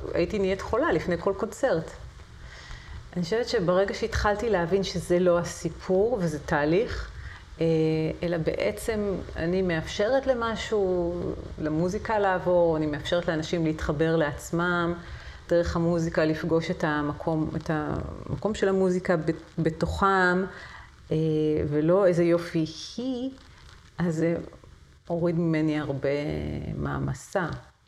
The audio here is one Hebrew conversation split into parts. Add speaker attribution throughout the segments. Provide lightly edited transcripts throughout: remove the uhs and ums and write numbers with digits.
Speaker 1: הייתי נהיית חולה לפני כל קונצרט. אני חושבת שברגע שהתחלתי להבין שזה לא הסיפור וזה תהליך, אלא בעצם אני מאפשרת למשהו, למוזיקה לעבור, אני מאפשרת לאנשים להתחבר לעצמם, דרך המוזיקה לפגוש את המקום של המוזיקה בתוכם, ולא איזה יופי היא, אז זה הוריד ממני הרבה מהמסע.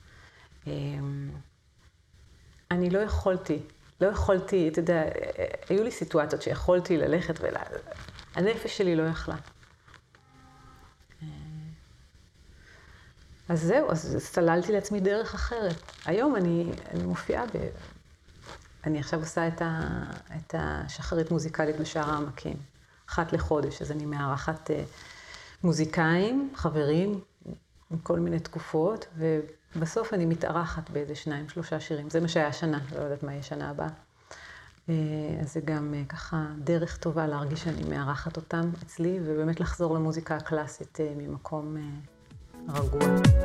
Speaker 1: אני לא יכולתי, אתה יודע, היו לי סיטואציות שיכולתי ללכת הנפש שלי לא יכלה. אז זהו, אז סללתי לעצמי דרך אחרת. היום אני מופיעה אני עכשיו עושה את השחרית מוזיקלית בשער העמקים, אחת לחודש, אז אני מארחת מוזיקאים, חברים, מכל מיני תקופות, ובסוף אני מתארחת באיזה 2-3 שירים. זה מה שהיה השנה, לא יודעת מה יהיה שנה הבאה. אז זה גם ככה דרך טובה להרגיש שאני מארחת אותם אצלי, ובאמת לחזור למוזיקה הקלאסית ממקום רגוע.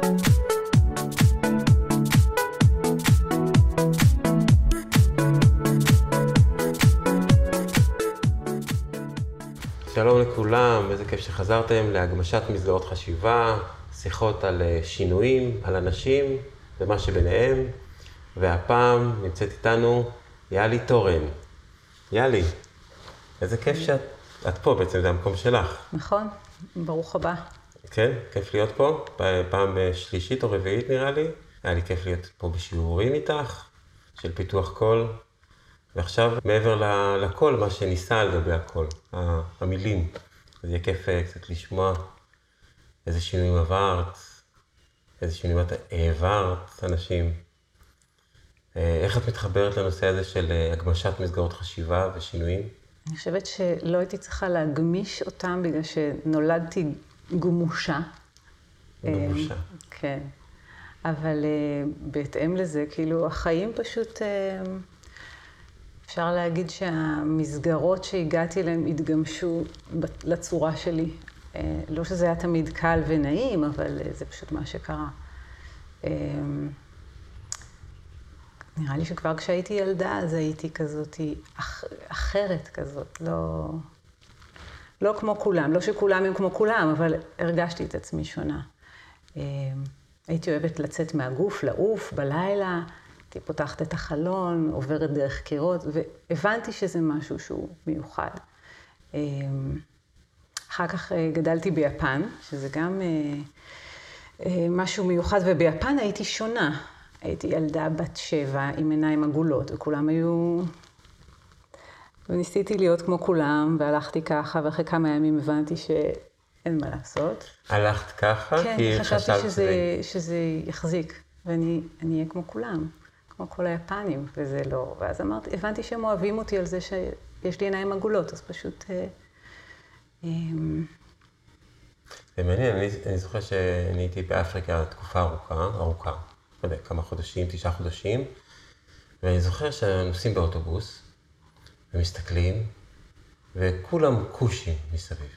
Speaker 2: שלום לכולם, איזה כיף שחזרתם להגמשת מסגרות חשיבה, שיחות על שינויים, על אנשים ומה שביניהם. והפעם נמצאת איתנו יאלי תורן. יאלי, איזה כיף שאת פה בעצם, זה המקום שלך.
Speaker 1: נכון, ברוך הבא.
Speaker 2: כן, כיף להיות פה, פעם שלישית או רביעית נראה לי. היה לי כיף להיות פה בשיעורים איתך, של פיתוח קול. ועכשיו מעבר לקול, מה שניסה על גבי הקול, המילים. אז יהיה כיף קצת לשמוע איזה שינויים עברת, איזה שינויים את העברת אנשים. איך את מתחברת לנושא הזה של הגמשת מסגרות חשיבה ושינויים?
Speaker 1: אני חושבת שלא הייתי צריכה להגמיש אותם בגלל שנולדתי גמושה.
Speaker 2: גמושה.
Speaker 1: כן. אבל בהתאם לזה, כאילו, החיים פשוט, אפשר להגיד שהמסגרות שהגעתי אליהן התגמשו לצורה שלי. לא שזה היה תמיד קל ונעים, אבל זה פשוט מה שקרה. נראה לי שכבר כשהייתי ילדה, אז הייתי כזאת אחרת כזאת, לא כמו כולם, לא שכולם הם כמו כולם, אבל הרגשתי את עצמי שונה. הייתי אוהבת לצאת מהגוף, לעוף בלילה, הייתי פותחת את החלון, עוברת דרך קירות, והבנתי שזה משהו שהוא מיוחד. אחר כך גדלתי ביפן, שזה גם משהו מיוחד, וביפן הייתי שונה. הייתי ילדה בת 7 עם עיניים עגולות, וכולם היו... וניסיתי להיות כמו כולם, והלכתי ככה, ואחרי כמה ימים הבנתי שאין מה לעשות.
Speaker 2: הלכת ככה?
Speaker 1: כן, חשבתי שזה יחזיק, ואני אהיה כמו כולם, כמו כל היפנים, וזה לא... ואז הבנתי שהם אוהבים אותי על זה שיש לי עיניים עגולות, אז פשוט...
Speaker 2: זה מעניין, אני זוכר שאני הייתי באפריקה תקופה ארוכה. לא יודע, כמה חודשים, 9 חודשים, ואני זוכר שנוסעים באוטובוס, ומסתכלים, וכולם קושים מסביב.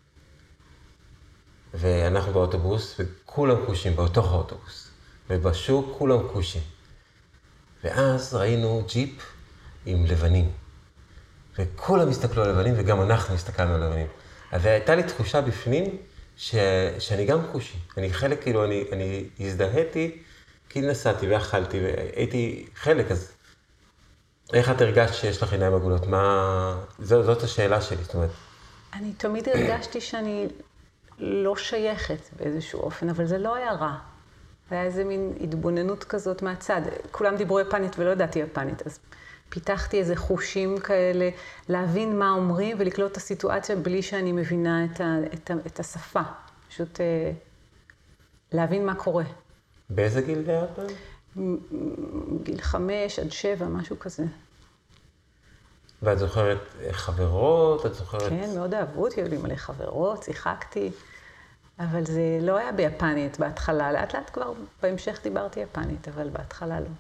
Speaker 2: ואנחנו באוטובוס, וכולם קושים באותוך האוטובוס. ובשוק כולם קושים. ואז ראינו ג'יפ עם לבנים. וכולם הסתכלו על לבנים, וגם אנחנו הסתכלנו על לבנים. אז הייתה לי תחושה בפנים, שאני גם קושי. אני חלק, כאילו, אני הזדהיתי, כי נסעתי ואכלתי והייתי חלק, אז איך את הרגשת שיש לך עיניים עגולות? זאת השאלה שלי, זאת אומרת.
Speaker 1: אני תמיד הרגשתי שאני לא שייכת באיזשהו אופן, אבל זה לא היה רע. היה איזה מין התבוננות כזאת מהצד. כולם דיברו יפנית ולא ידעתי יפנית, אז פיתחתי איזה חושים כאלה, להבין מה אומרים ולקלוט את הסיטואציה בלי שאני מבינה את השפה. פשוט להבין מה קורה.
Speaker 2: באיזה גיל זה היה פעם?
Speaker 1: גיל 5 עד 7, משהו כזה.
Speaker 2: ואת זוכרת חברות? את זוכרת...
Speaker 1: כן, מאוד אהבו אותי, היו לי מלא חברות, שיחקתי. אבל זה לא היה ביפנית בהתחלה. לאט לאט כבר בהמשך דיברתי יפנית, אבל בהתחלה לא.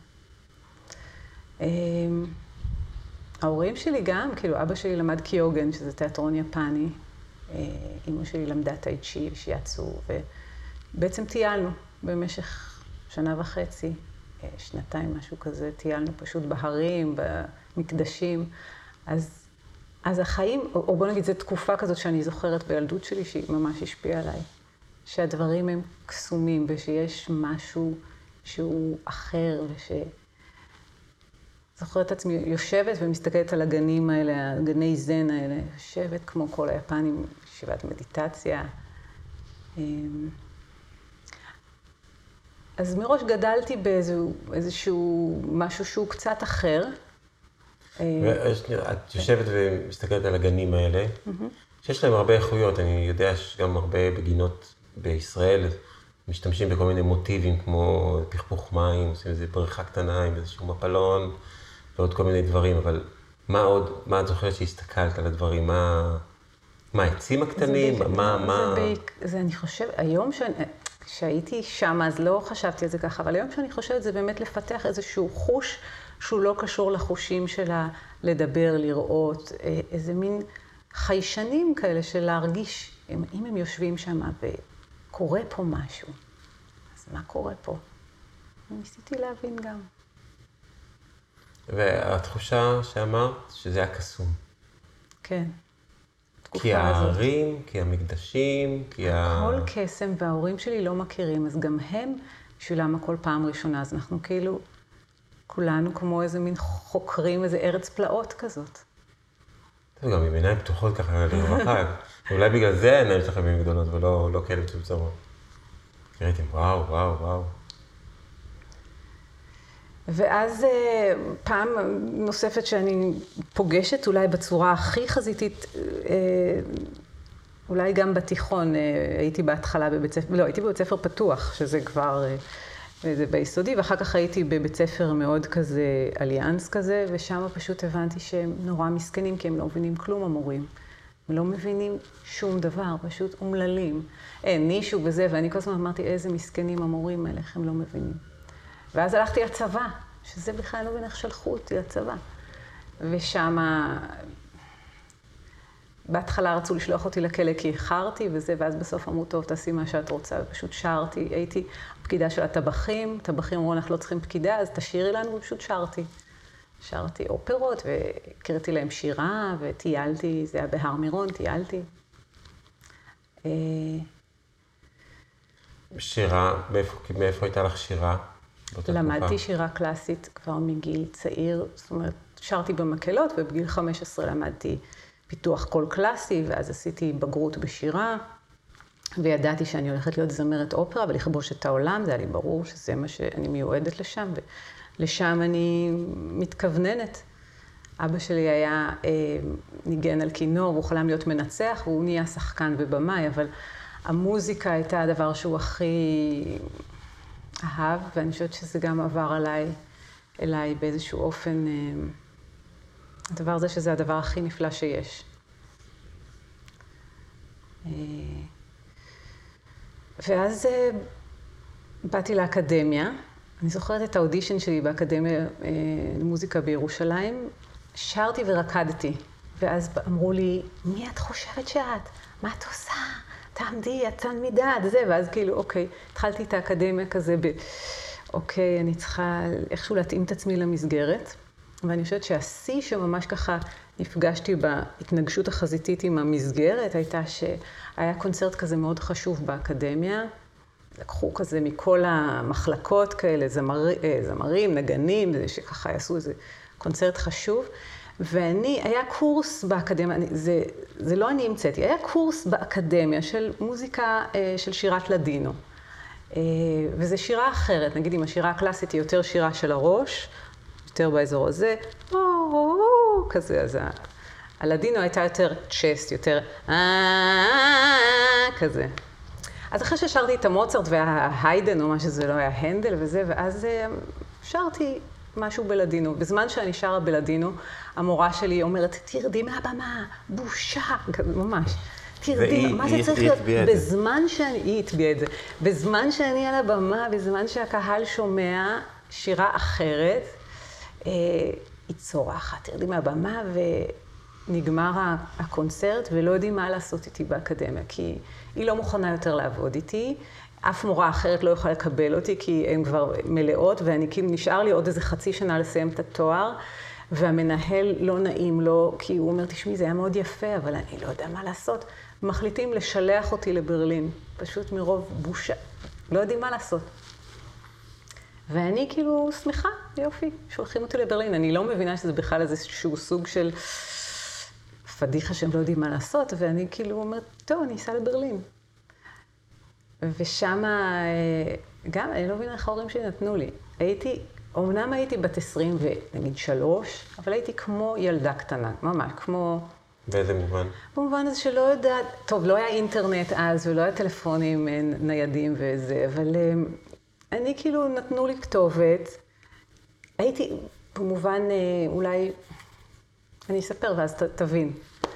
Speaker 1: ההורים שלי גם, כאילו אבא שלי למד קיוגן, שזה תיאטרון יפני. אמא שלי למדה טאי-צ'י, שיאצו, ובעצם טיילנו במשך 1.5 שנה. שנתיים, משהו כזה, טיילנו פשוט בהרים, במקדשים. אז החיים, או בוא נגיד, זו תקופה כזאת שאני זוכרת בילדות שלי, שהיא ממש השפיעה עליי. שהדברים הם קסומים, ושיש משהו שהוא אחר, זוכרת את עצמי יושבת ומסתכלת על הגנים האלה, הגני זן האלה, יושבת כמו כל היפנים, ישיבת מדיטציה. אז מראש גדלתי באיזשהו משהו שהוא קצת אחר.
Speaker 2: את יושבת ומסתכלת על הגנים האלה, שיש להם הרבה איכויות. אני יודע שגם הרבה בגינות בישראל משתמשים בכל מיני מוטיבים, כמו פכפוך מים, עושים איזו בריכה קטנה עם איזשהו מפלון, ועוד כל מיני דברים, אבל מה עוד, מה את זוכרת שהסתכלת על הדברים? מה העצים הקטנים?
Speaker 1: זה אני חושבת, היום כשהייתי שם, אז לא חשבתי על זה ככה, אבל היום שאני חושבת זה באמת לפתח איזשהו חוש שהוא לא קשור לחושים שלה, לדבר, לראות, איזה מין חיישנים כאלה של להרגיש, אם הם יושבים שם וקורה פה משהו, אז מה קורה פה? ניסיתי להבין גם.
Speaker 2: והתחושה שאמרת שזה היה קסום.
Speaker 1: כן.
Speaker 2: כי הערים, כי המקדשים, כי
Speaker 1: הכל קסם, וההורים שלי לא מכירים, אז גם הם בשבילם הכל פעם ראשונה, אז אנחנו כאילו, כולנו כמו איזה מין חוקרים, איזה ארץ פלאות כזאת.
Speaker 2: טוב, גם עם עיניים פתוחות ככה לרווחה, אולי בגלל זה העיניים שלכם הם גדולות ולא כאלה מצומצמות. ראיתם, וואו.
Speaker 1: ואז פעם נוספת שאני פוגשת, אולי בצורה הכי חזיתית, אולי גם בתיכון, הייתי בהתחלה בבית ספר, לא, הייתי בבית ספר פתוח, שזה כבר, זה ביסודי, ואחר כך הייתי בבית ספר מאוד כזה, אליאנס כזה, ושם פשוט הבנתי שהם נורא מסכנים, כי הם לא מבינים כלום, המורים. הם לא מבינים שום דבר, פשוט אומללים. אין, נישהו וזה, ואני כל הזמן אמרתי, איזה מסכנים המורים האלה, איך הם לא מבינים. ואז הלכתי לצבא, שזה בכלל לא בנך שלחו אותי לצבא. ושם, בהתחלה רצו לשלוח אותי לכלא כי איחרתי וזה, ואז בסוף אמרו, טוב, תעשי מה שאת רוצה, ופשוט שרתי. הייתי פקידה של הטבחים, טבחים אמרו, אנחנו לא צריכים פקידה, אז תשאירי לנו, ופשוט שרתי. שרתי אופרות, והכרתי להם שירה, וטיילתי, זה היה בהר מירון, טיילתי.
Speaker 2: שירה, מאיפה הייתה לך שירה?
Speaker 1: למדתי שירה קלאסית כבר מגיל צעיר, זאת אומרת, שרתי במקהלות, ובגיל 15 למדתי פיתוח קול קלאסי, ואז עשיתי בגרות בשירה, וידעתי שאני הולכת להיות זמרת אופרה ולכבוש את העולם, זה היה לי ברור שזה מה שאני מיועדת לשם, ולשם אני מתכווננת. אבא שלי היה ניגן על כינור, הוא חלם להיות מנצח, והוא נהיה שחקן ובמאי, אבל המוזיקה הייתה הדבר שהוא הכי אהב, ואני חושבת שזה גם עבר אליי באיזשהו אופן, הדבר הזה שזה הדבר הכי נפלא שיש. ואז באתי לאקדמיה, אני זוכרת את האודישן שלי באקדמיה למוזיקה בירושלים, שרתי ורקדתי, ואז אמרו לי, מי את חושבת שאת? מה את עושה? תעמדי, את תלמידה, זה, ואז כאילו, אוקיי, התחלתי את האקדמיה כזה אוקיי, אני צריכה איכשהו להתאים את עצמי למסגרת, ואני חושבת שהשיא שממש ככה נפגשתי בהתנגשות החזיתית עם המסגרת, הייתה שהיה קונצרט כזה מאוד חשוב באקדמיה, לקחו כזה מכל המחלקות כאלה, זמרים, נגנים, שככה יעשו איזה קונצרט חשוב, היה קורס באקדמיה, זה לא אני המצאתי, היה קורס באקדמיה של מוזיקה של שירת לדינו. וזו שירה אחרת, נגיד אם השירה הקלאסית היא יותר שירה של הראש, יותר באזור הזה, כזה, אז הלדינו הייתה יותר צ'סט, יותר כזה. אז אחרי ששרתי את המוצרט וההיידן, או מה שזה לא היה, הנדל וזה, ואז שרתי משהו בלדינו. בזמן שאני שרה בלדינו, המורה שלי אומרת, תרדי מהבמה, בושה, ממש. תרדי, מה זה צריך להיות? בזמן שאני, היא הטביעה את זה, בזמן שאני על הבמה, בזמן שהקהל שומע שירה אחרת, היא צורחת, תרדי מהבמה ונגמר הקונצרט, ולא יודעים מה לעשות איתי באקדמיה, כי היא לא מוכנה יותר לעבוד איתי. אף מורה אחרת לא יכולה לקבל אותי, כי הן כבר מלאות, ואני כאילו נשאר לי עוד איזה חצי שנה לסיים את התואר, והמנהל לא נעים לו, כי הוא אומר, תשמעי, זה היה מאוד יפה, אבל אני לא יודע מה לעשות. מחליטים לשלח אותי לברלין, פשוט מרוב בושה, לא יודעים מה לעשות. ואני כאילו שמחה, יופי, שולחים אותי לברלין. אני לא מבינה שזה בכלל איזשהו סוג של פדיחה שהם לא יודעים מה לעשות, ואני כאילו אומרת, טוב, אני אסע לברלין. ושם גם, אני לא מבינה איך ההורים שלי נתנו לי. אמנם הייתי בת 20 ונגיד 3, אבל הייתי כמו ילדה קטנה, ממש, כמו...
Speaker 2: באיזה מובן?
Speaker 1: במובן הזה שלא יודעת, טוב, לא היה אינטרנט אז, ולא היה טלפונים ניידים וזה, אבל אני כאילו נתנו לי כתובת. הייתי במובן, אולי, אני אספר ואז תבין.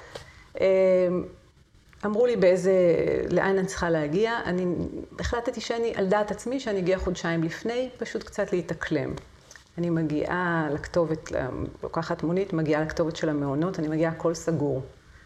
Speaker 1: אמרו לי לאן אני צריכה להגיע. אני החלטתי על דעת עצמי שאני אגיע חודשיים לפני, פשוט קצת להתאקלם. אני מגיעה לכתובת, לוקחת מונית, מגיעה לכתובת של המעונות, אני מגיעה הכל סגור.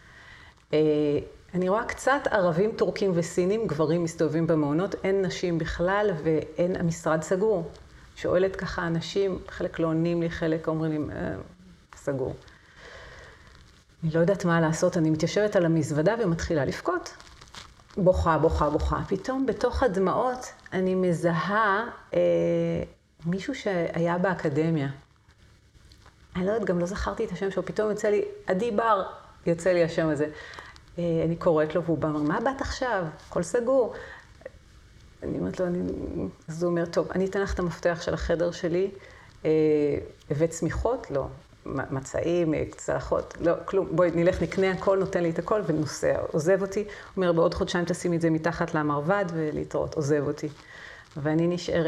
Speaker 1: אני רואה קצת ערבים, טורקים וסינים, גברים מסתובבים במעונות, אין נשים בכלל ואין המשרד סגור. שואלת ככה אנשים, חלק לא עונים לי, חלק אומרים לי, סגור. אני לא יודעת מה לעשות, אני מתיישבת על המזוודה ומתחילה לבכות. בוכה, בוכה, בוכה. פתאום בתוך הדמעות אני מזהה מישהו שהיה באקדמיה. אני לא יודעת, גם לא זכרתי את השם שלו, פתאום יוצא לי, עדי בר, יוצא לי השם הזה. אני קוראת לו והוא בא, אומר, מה באת עכשיו? הכל סגור. אני אומרת לו, אז הוא אומר, טוב, אני אתן לך את המפתח של החדר שלי, הבאת צמיחות? לא. מצעים, צלחות, לא, כלום. בואי נלך, נקנה הכל, נותן לי את הכל ונוסע. עוזב אותי, אומר, בעוד חודשיים תשימי את זה מתחת למרבד ולהתראות, עוזב אותי. ואני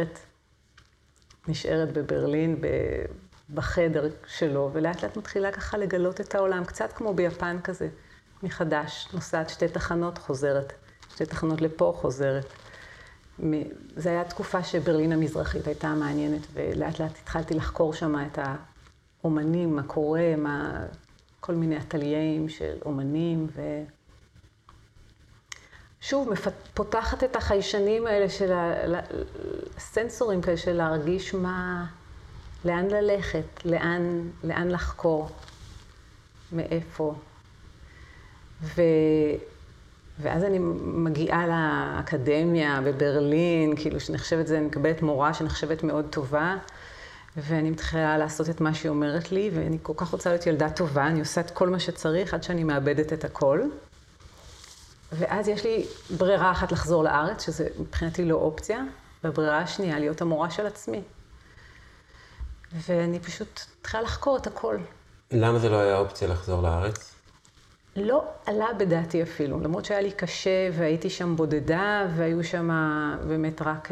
Speaker 1: נשארת בברלין, בחדר שלו, ולאט לאט מתחילה ככה לגלות את העולם, קצת כמו ביפן כזה, מחדש, נוסעת 2 תחנות, חוזרת, 2 תחנות לפה, חוזרת. זו הייתה תקופה שברלין המזרחית הייתה מעניינת, ולאט לאט התחלתי לחקור שם את אומנים, מה קורה, כל מיני אטלייאים של אומנים, שוב, פותחת את החיישנים האלה של הסנסורים כאלה של להרגיש לאן ללכת, לאן לחקור, מאיפה. ואז אני מגיעה לאקדמיה בברלין, כאילו שנחשבת זה, אני מקבלת מורה שנחשבת מאוד טובה, ואני מתחילה לעשות את מה שהיא אומרת לי, ואני כל כך רוצה להיות ילדה טובה, אני עושה את כל מה שצריך עד שאני מאבדת את הכל. ואז יש לי ברירה אחת לחזור לארץ, שזה מבחינתי לא אופציה, והברירה השנייה להיות המורה של עצמי. ואני פשוט מתחילה לחקור את הכל.
Speaker 2: למה זה לא היה אופציה לחזור לארץ?
Speaker 1: לא עלה בדעתי אפילו, למרות שהיה לי קשה והייתי שם בודדה, והיו שם באמת רק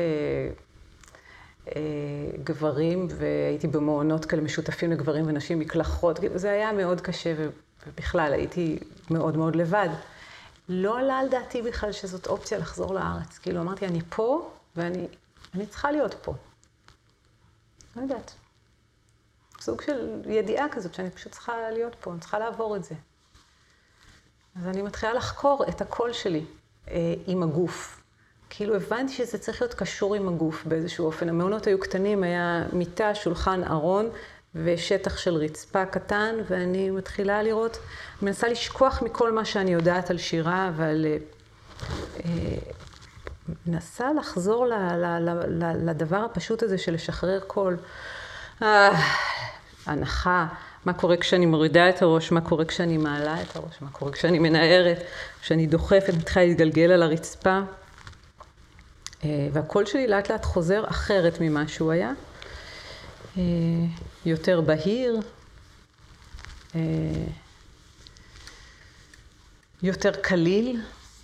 Speaker 1: גברים, והייתי במעונות כאלה משותפים לגברים ונשים, מקלחות, זה היה מאוד קשה, ובכלל הייתי מאוד מאוד לבד. לא עלה על דעתי בכלל שזאת אופציה לחזור לארץ. כאילו אמרתי, אני פה, ואני צריכה להיות פה. לא יודעת. סוג של ידיעה כזאת, שאני פשוט צריכה להיות פה, אני צריכה לעבור את זה. אז אני מתחילה לחקור את הקול שלי עם הגוף. כאילו הבנתי שזה צריך להיות קשור עם הגוף באיזשהו אופן. המעונות היו קטנים, היה מיטה, שולחן, ארון, ושטח של רצפה קטן, ואני מתחילה לראות, מנסה לשכוח מכל מה שאני יודעת על שירה, אבל מנסה לחזור לדבר הפשוט הזה של לשחרר קול. הנחה, מה קורה כשאני מורידה את הראש, מה קורה כשאני מעלה את הראש, מה קורה כשאני מנערת, כשאני דוחפת, מתחילה להתגלגל על הרצפה. והקול שלי לאט לאט חוזר אחרת ממה שהוא היה. יותר בהיר, יותר קליל.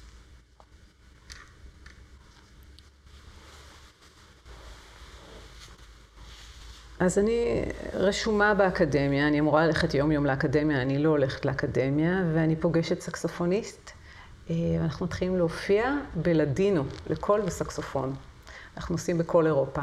Speaker 1: אז אני רשומה באקדמיה, אני אמורה ללכת יום יום לאקדמיה, אני לא הולכת לאקדמיה, ואני פוגשת סקסופוניסט, ואנחנו מתחילים להופיע בלדינו, לקול וסקסופון. אנחנו עושים בכל אירופה.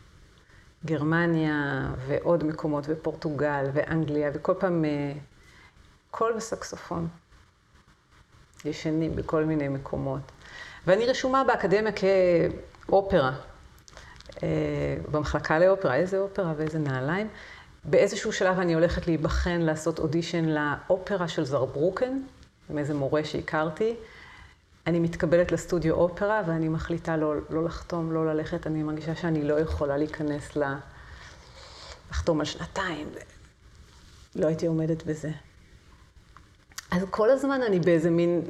Speaker 1: גרמניה ועוד מקומות, ופורטוגל ואנגליה, וכל פעם קול וסקסופון. ישנים בכל מיני מקומות. ואני רשומה באקדמיה אופרה. במחלקה לאופרה, איזה אופרה ואיזה נעליים. באיזשהו שלב אני הולכת להיבחן, לעשות אודישן לאופרה של זרברוקן, עם איזה מורה שהכרתי. אני מתקבלת לסטודיו אופרה, ואני מחליטה לא לחתום, לא ללכת. אני מרגישה שאני לא יכולה להיכנס לחתום על 2 לא הייתי עומדת בזה. אז כל הזמן אני באיזה מין...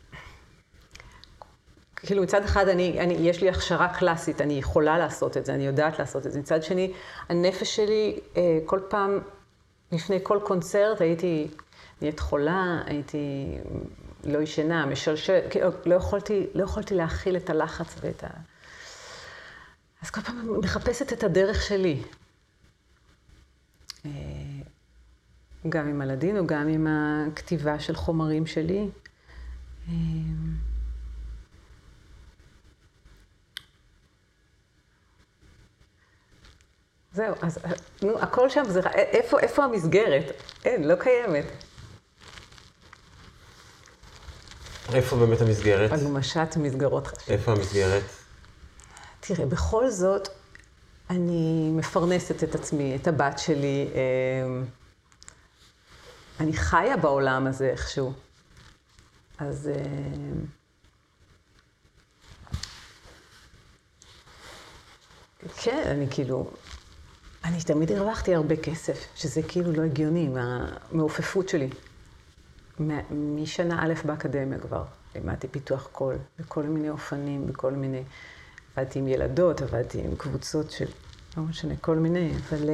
Speaker 1: כאילו מצד אחד יש לי הכשרה קלאסית, אני יכולה לעשות את זה, אני יודעת לעשות את זה. מצד שני, הנפש שלי, כל פעם, לפני כל קונצרט, הייתי נהיית חולה, הייתי לא ישנה, משלשלת, לא יכולתי להכיל את הלחץ ואת אז כל פעם מחפשת את הדרך שלי. גם עם הלדין או גם עם הכתיבה של חומרים שלי. זהו, אז הכל שם זה, איפה המסגרת? אין, לא קיימת.
Speaker 2: איפה באמת המסגרת?
Speaker 1: הגמשת מסגרות חשובות.
Speaker 2: איפה המסגרת?
Speaker 1: תראה, בכל זאת, אני מפרנסת את עצמי, את הבת שלי. אני חיה בעולם הזה איכשהו. אז... כן, אני כאילו... אני תמיד הרווחתי הרבה כסף, שזה כאילו לא הגיוני, מהמעופפות שלי. משנה א' באקדמיה כבר, לימדתי פיתוח קול, בכל מיני אופנים, בכל מיני... עבדתי עם ילדות, עבדתי עם קבוצות של... לא משנה, כל מיני, אבל...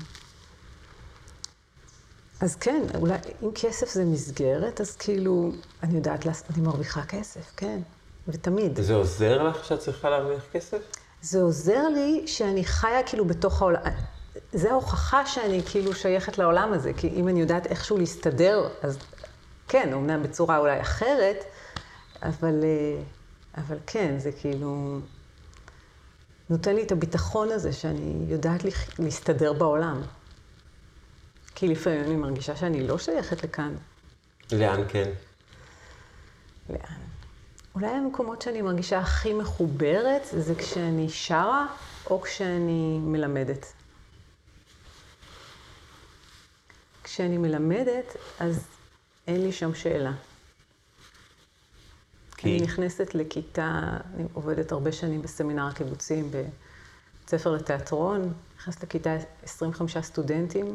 Speaker 1: אז כן, אולי אם כסף זה מסגרת, אז כאילו, אני יודעת, אני מרוויחה כסף, כן, ותמיד.
Speaker 2: זה עוזר לך שאת צריכה להרוויח כסף?
Speaker 1: זה עוזר לי שאני חיה כאילו בתוך העולם. זה ההוכחה שאני כאילו שייכת לעולם הזה, כי אם אני יודעת איכשהו להסתדר, אז כן, אומנם בצורה אולי אחרת, אבל כן, זה כאילו... נותן לי את הביטחון הזה שאני יודעת להסתדר בעולם. כי לפעמים אני מרגישה שאני לא שייכת לכאן.
Speaker 2: לאן כן?
Speaker 1: לאן? אולי המקומות שאני מרגישה הכי מחוברת, זה כשאני שרה או כשאני מלמדת. כשאני מלמדת, אז אין לי שם שאלה. כי? אני נכנסת לכיתה, אני עובדת הרבה שנים בסמינר הקיבוצים, בבית ספר לתיאטרון, נכנסת לכיתה 25 סטודנטים.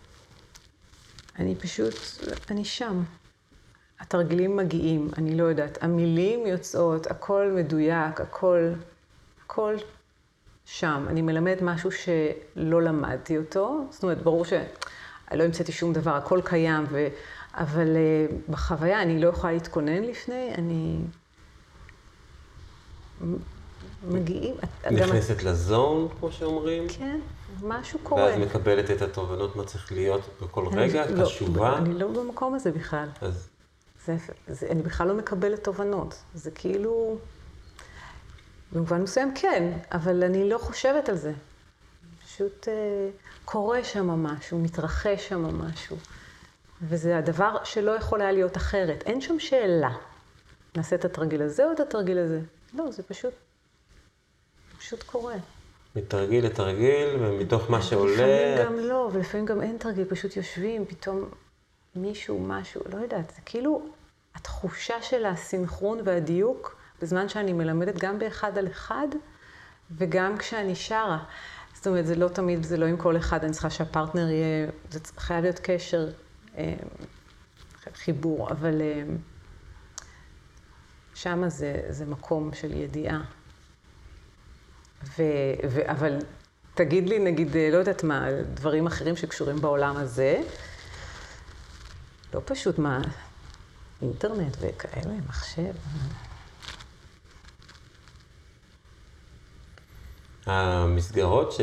Speaker 1: אני שם. התרגילים מגיעים, אני לא יודעת, המילים יוצאות, הכל מדויק, הכל שם. אני מלמד משהו שלא למדתי אותו, זאת אומרת, ברור שלא המצאתי שום דבר, הכל קיים, אבל בחוויה אני לא יכולה להתכונן לפני, אני... מגיעים...
Speaker 2: נכנסת לזון, כמו שאומרים?
Speaker 1: כן, משהו קורה.
Speaker 2: ואז מקבלת את התובנות, מה צריך להיות בכל רגע, קשובה?
Speaker 1: אני לא במקום הזה בכלל.
Speaker 2: אז...
Speaker 1: אני בכלל לא מקבלת תובנות. זה כאילו... במובן מסוים כן, אבל אני לא חושבת על זה. פשוט קורה שם משהו, מתרחש שם משהו. וזה הדבר שלא יכול היה להיות אחרת. אין שם שאלה. נעשה את התרגיל הזה או את התרגיל הזה? לא, זה פשוט קורה.
Speaker 2: מתרגיל לתרגיל, ומתוך מה שעולה...
Speaker 1: לפעמים גם לא, ולפעמים גם אין תרגיל, פשוט יושבים, פתאום מישהו, משהו, לא יודעת. זה כאילו התחושה של הסינכרון והדיוק, בזמן שאני מלמדת גם באחד על אחד, וגם כשאני שרה. זאת אומרת, זה לא תמיד, זה לא עם כל אחד, אני צריכה שהפרטנר יהיה, זה חייב להיות קשר, חיבור, אבל שמה זה מקום של ידיעה. אבל תגיד לי, נגיד, לא יודעת מה, דברים אחרים שקשורים בעולם הזה, לא פשוט מה, אינטרנט וכאלה, מחשב.
Speaker 2: המסגרות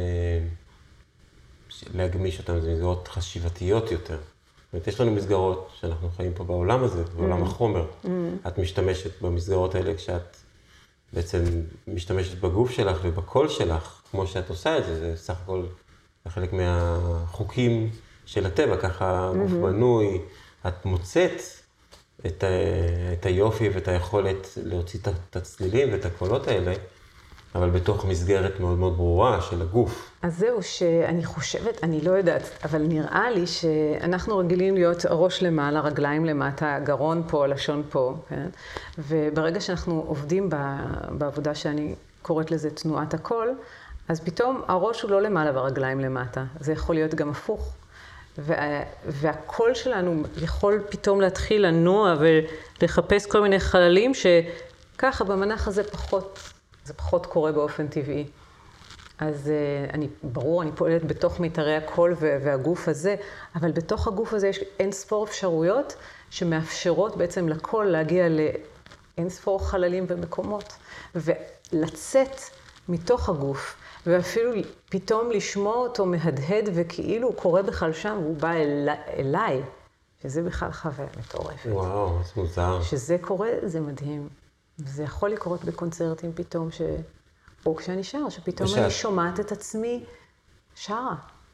Speaker 2: להגמיש אותן זה מסגרות חשיבתיות יותר. זאת אומרת, יש לנו מסגרות שאנחנו חיים פה בעולם הזה, בעולם החומר. את משתמשת במסגרות האלה כשאת בעצם משתמשת בגוף שלך ובקול שלך, כמו שאת עושה את זה, זה סך הכל חלק מהחוקים של הטבע, ככה גוף בנוי, את מוצאת את היופי ואת היכולת להוציא את הצלילים ואת הקולות האלה, אבל בתוך מסגרת מאוד מאוד ברורה של הגוף.
Speaker 1: אז זהו שאני חושבת, אני לא יודעת, אבל נראה לי שאנחנו רגילים להיות ראש למעלה, רגליים למטה, גרון פה, לשון פה, כן? וברגע שאנחנו עובדים בעבודה שאני קוראת לזה תנועת הקול, אז פתאום הראש הוא לא למעלה והרגליים למטה. זה יכול להיות גם הפוך. והקול שלנו יכול פתאום להתחיל לנוע ולחפש כל מיני חללים שככה במנח הזה זה פחות קורה באופן טבעי. אז ברור, אני פועלת בתוך מיתרי הקול והגוף הזה, אבל בתוך הגוף הזה יש אין ספור אפשרויות שמאפשרות בעצם לקול להגיע לאין ספור חללים ומקומות, ולצאת מתוך הגוף, ואפילו פתאום לשמוע אותו מהדהד וכאילו הוא קורא בכלל שם, והוא בא אליי, שזה בכלל חוויה מטורפת.
Speaker 2: וואו, זה מוזר.
Speaker 1: שזה קורה, זה מדהים. זה יכול לקרות בקונצרטים פתאום או כשאני שר, שפתאום אני שומעת את עצמי שרה.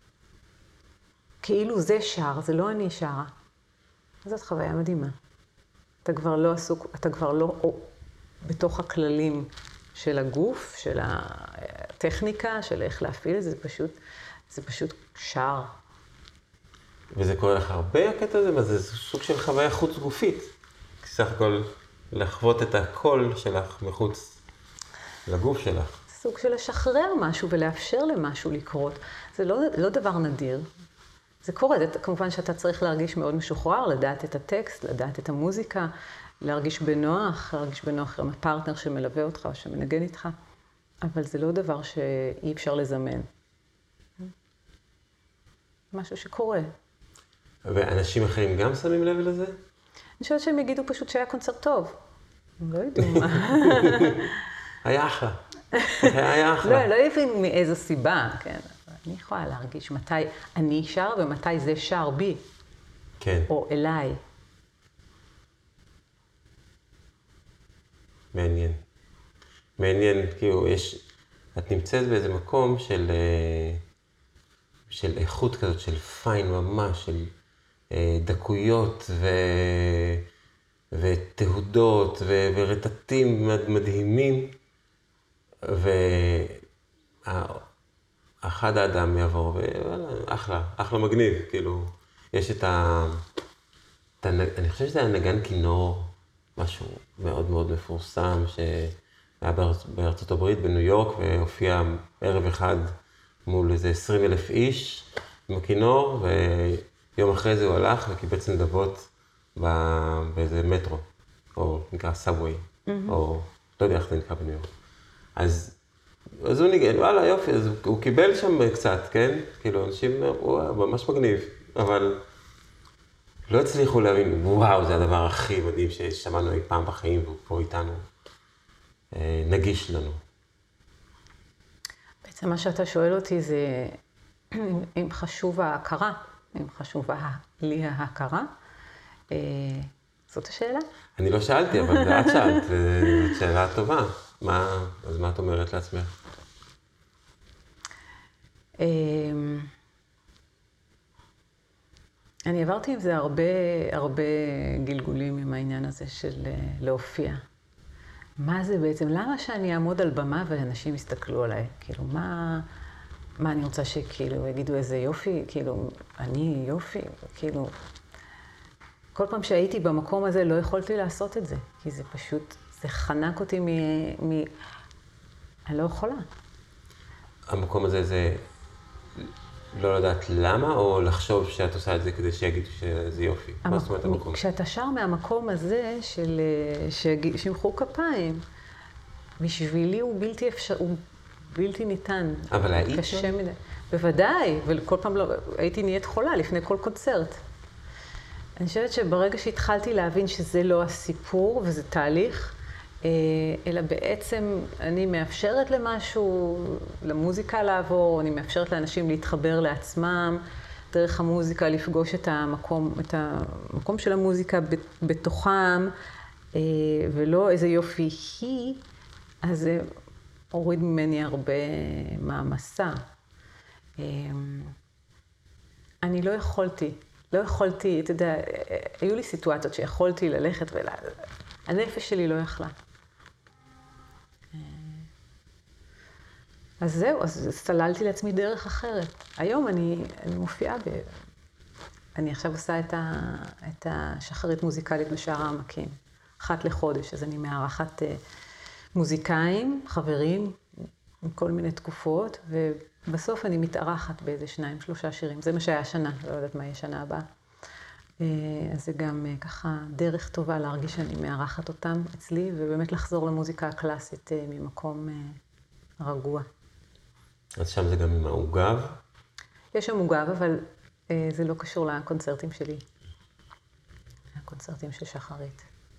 Speaker 1: כאילו זה שר, זה לא אני שרה. זאת חוויה מדהימה. אתה כבר לא עסוק, אתה כבר לא בתוך הכללים של הגוף, של הטכניקה, של איך להפעיל את זה, זה פשוט שר.
Speaker 2: וזה קורה לך הרבה הקטע הזה? מה זה סוג של חוויה חוץ גופית? סך הכל לחוות את הקול שלך מחוץ לגוף שלך.
Speaker 1: סוג של לשחרר משהו ולאפשר למשהו לקרות. זה לא דבר נדיר. זה קורה, כמובן שאתה צריך להרגיש מאוד משוחרר, לדעת את הטקסט, לדעת את המוזיקה, להרגיש בנוח עם הפרטנר שמלווה אותך או שמנגן איתך. אבל זה לא דבר שאי אפשר לזמן. משהו שקורה.
Speaker 2: ואנשים אחרים גם שמים לב לזה?
Speaker 1: אני חושבת שהם יגידו פשוט שהיה קונצרט טוב. הם לא ידעו מה.
Speaker 2: היה אחלה. היה אחלה.
Speaker 1: לא יבין מאיזו סיבה, כן. אני יכולה להרגיש מתי אני שר ומתי זה שר בי.
Speaker 2: כן.
Speaker 1: או אליי.
Speaker 2: מעניין, כאילו, את נמצאת באיזה מקום של איכות כזאת, של פיין ממש, של דקויות ותהודות ורטטים מדהימים, אחד האדם יעבור, אחלה מגניב, כאילו, יש אני חושב שזה היה נגן כינור, משהו מאוד מאוד מפורסם, שהיה בארצות הברית, בניו יורק, והופיע ערב אחד מול איזה 20,000 איש עם הכינור, ויום אחרי זה הוא הלך וקיבץ נדבות באיזה מטרו, או נקרא סאבווי, או לא יודע איך זה נקרא בניו יורק. אז הוא ניגן, וואלה יופי, אז הוא קיבל שם קצת, כן? כאילו אנשים אמרו, ממש מגניב, אבל לא הצליחו להבין, וואו, זה הדבר הכי מדהים ששמענו אי פעם בחיים, והוא פה איתנו, נגיש לנו.
Speaker 1: בעצם מה שאתה שואל אותי זה, אם חשוב ההכרה, אם חשובה לי ההכרה, זאת השאלה?
Speaker 2: אני לא שאלתי, אבל את שאלת, וזאת שאלה טובה. אז מה את אומרת לעצמך?
Speaker 1: אני עברתי עם זה הרבה גלגולים עם העניין הזה של להופיע. מה זה בעצם? למה שאני אעמוד על במה ואנשים יסתכלו עליי? כאילו, מה אני רוצה שכאילו יגידו איזה יופי? כאילו, אני יופי? כאילו, כל פעם שהייתי במקום הזה לא יכולתי לעשות את זה. כי זה פשוט, זה חנק אותי אני לא יכולה.
Speaker 2: המקום הזה זה לא לדעת למה, או לחשוב שאת עושה את זה כדי שיגידו שזה יופי? מה זאת אומרת המקום?
Speaker 1: כשאתה שר מהמקום הזה של שימחאו כפיים, בשבילי הוא בלתי אפשר, הוא בלתי ניתן.
Speaker 2: אבל היית
Speaker 1: קשה מדי. בוודאי, וכל פעם לא, הייתי נהיית חולה לפני כל קונצרט. אני חושבת שברגע שהתחלתי להבין שזה לא הסיפור וזה תהליך, אלא בעצם אני מאפשרת למשהו, למוזיקה לעבור, אני מאפשרת לאנשים להתחבר לעצמם, דרך המוזיקה לפגוש את המקום של המוזיקה בתוכם, ולא איזה יופי היא, אז זה הוריד ממני הרבה מהמסע. אני לא יכולתי, אתה יודע, היו לי סיטואציות שיכולתי ללכת הנפש שלי לא יכלה. אז זהו, אז סללתי לעצמי דרך אחרת. היום אני מופיעה אני עכשיו עושה את השחרית מוזיקלית בשער העמקים, אחת לחודש, אז אני מארחת מוזיקאים, חברים, עם כל מיני תקופות, ובסוף אני מתארחת באיזה 2-3 שירים. זה מה שהיה השנה, לא יודעת מה יהיה שנה הבאה. אז זה גם ככה דרך טובה להרגיש שאני מארחת אותם אצלי, ובאמת לחזור למוזיקה הקלאסית ממקום רגוע.
Speaker 2: אז שם זה גם עם העוגב?
Speaker 1: יש שם עוגב, אבל זה לא קשור לקונצרטים שלי. הקונצרטים של שחרית.